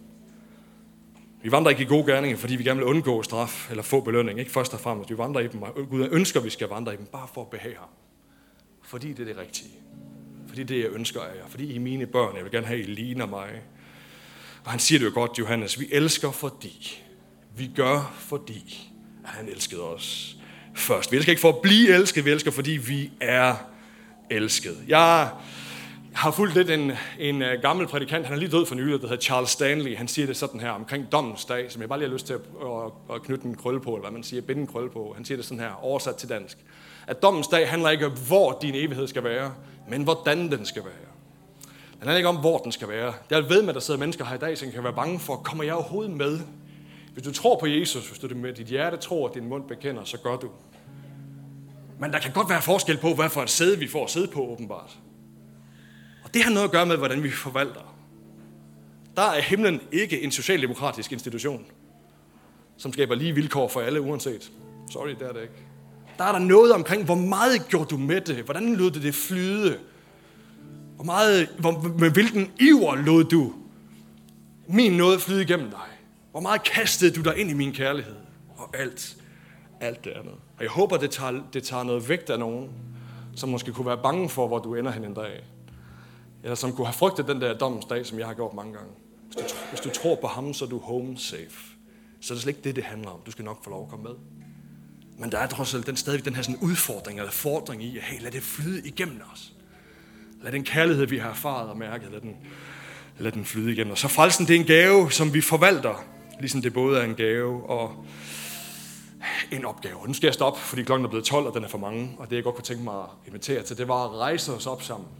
Vi vandrer ikke i gode gerninger, fordi vi gerne vil undgå straf eller få belønning. Ikke først og fremmest. Vi vandrer i dem, og Gud ønsker, at vi skal vandre i dem, bare for at behage ham. Fordi det er det rigtige. Fordi det, jeg ønsker af jer. Fordi I er mine børn. Jeg vil gerne have, at I ligner mig. Og han siger det jo godt, Johannes. Vi elsker, fordi. Vi gør, fordi at han elskede os først. Vi elsker ikke for at blive elsket. Vi elsker, fordi vi er elsket. Jeg har fulgt lidt en, en gammel prædikant. Han er lige død for nylig, der hedder Charles Stanley. Han siger det sådan her omkring dommens dag, som jeg bare lige har lyst til at, at, at knytte en krølle på, eller hvad man siger, binde en krølle på. Han siger det sådan her, oversat til dansk. At dommens dag handler ikke om, hvor din evighed skal være, men hvordan den skal være. Den handler ikke om, hvor den skal være. Jeg ved med, at der sidder mennesker her i dag, som kan være bange for, kommer jeg overhovedet med? Hvis du tror på Jesus, hvis du med dit hjerte tror, at din mund bekender, så gør du. Men der kan godt være forskel på, hvad for et sæde vi får at sidde på, åbenbart. Og det har noget at gøre med, hvordan vi forvalter. Der er himlen ikke en socialdemokratisk institution, som skaber lige vilkår for alle uanset. Sorry, det er det ikke. Der er der noget omkring, hvor meget gjorde du med det? Hvordan lod det det flyde? Hvor meget, hvor, med hvilken iver lod du min nåde flyde igennem dig? Hvor meget kastede du dig ind i min kærlighed? Og alt, alt det andet. Og jeg håber, det tager, det tager noget vægt af nogen, som måske kunne være bange for, hvor du ender hen en dag. Eller som kunne have frygtet den der dommens dag, som jeg har gjort mange gange. Hvis du, hvis du tror på ham, så er du home safe. Så er det slet ikke det, det handler om. Du skal nok få lov at komme med. Men der er trods alt den, stadig den her sådan udfordring eller fordring i, at hey, lad det flyde igennem os. Lad den kærlighed, vi har erfaret og mærket, lad den, lad den flyde igennem os. Så frelsen, det er en gave, som vi forvalter. Ligesom det både er en gave og en opgave. Nu skal jeg stoppe, fordi klokken er blevet tolv, og den er for mange. Og det, jeg godt kunne tænke mig at invitere til, det var at rejse os op sammen.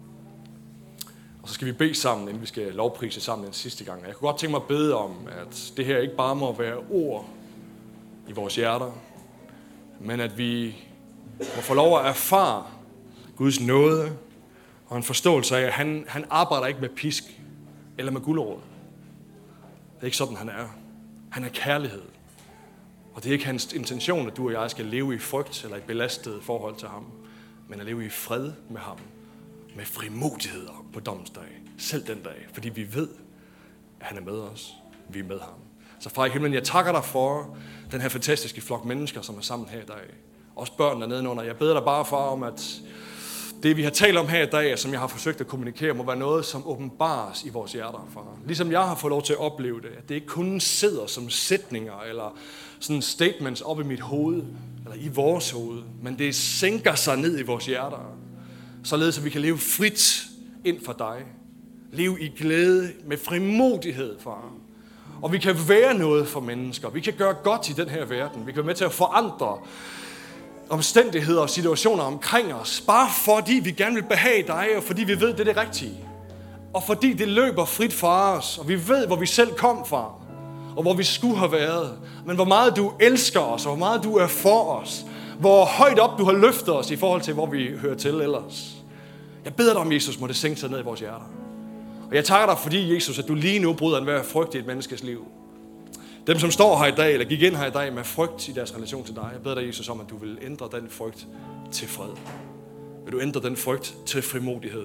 Og så skal vi bede sammen, inden vi skal lovprise sammen den sidste gang. Jeg kunne godt tænke mig at bede om, at det her ikke bare må være ord i vores hjerter, men at vi må få lov at erfare Guds nåde og en forståelse af, at han, han arbejder ikke med pisk eller med gulerod. Det er ikke sådan, han er. Han er kærlighed. Og det er ikke hans intention, at du og jeg skal leve i frygt eller i belastet forhold til ham, men at leve i fred med ham. Med frimodighed på domsdag. Selv den dag. Fordi vi ved, at han er med os. Vi er med ham. Så far i himlen, jeg takker dig for den her fantastiske flok mennesker, som er sammen her i dag. Også børnene nedenunder. Jeg beder dig bare for om, at det vi har talt om her i dag, som jeg har forsøgt at kommunikere, må være noget, som åbenbares i vores hjerter, far. Ligesom jeg har fået lov til at opleve det. At det ikke kun sidder som sætninger eller sådan statements op i mit hoved. Eller i vores hoved. Men det sænker sig ned i vores hjerter. Således at vi kan leve frit ind for dig. Leve i glæde med frimodighed, far. Og vi kan være noget for mennesker. Vi kan gøre godt i den her verden. Vi kan være med til at forandre omstændigheder og situationer omkring os. Bare fordi vi gerne vil behage dig, og fordi vi ved, det er det rigtige. Og fordi det løber frit fra os, og vi ved, hvor vi selv kom fra. og hvor vi skulle have været, men hvor meget du elsker os, og hvor meget du er for os. Hvor højt op du har løftet os i forhold til, hvor vi hører til ellers. Jeg beder dig om, Jesus, må det sænke sig ned i vores hjerter. Og jeg takker dig, fordi, Jesus, at du lige nu bryder enhver frygt i et menneskes liv. Dem, som står her i dag, eller gik ind her i dag med frygt i deres relation til dig, jeg beder dig, Jesus, om, at du vil ændre den frygt til fred. Vil du ændre den frygt til frimodighed.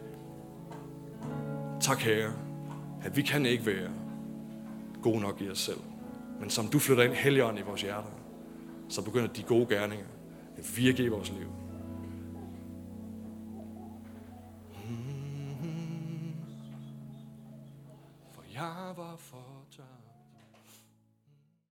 Tak, Herre, at vi kan ikke være gode nok i os selv. Men som du flytter ind Helligånden i vores hjerter, så begynder de gode gerninger at virke i vores liv. For jeg var fortabt.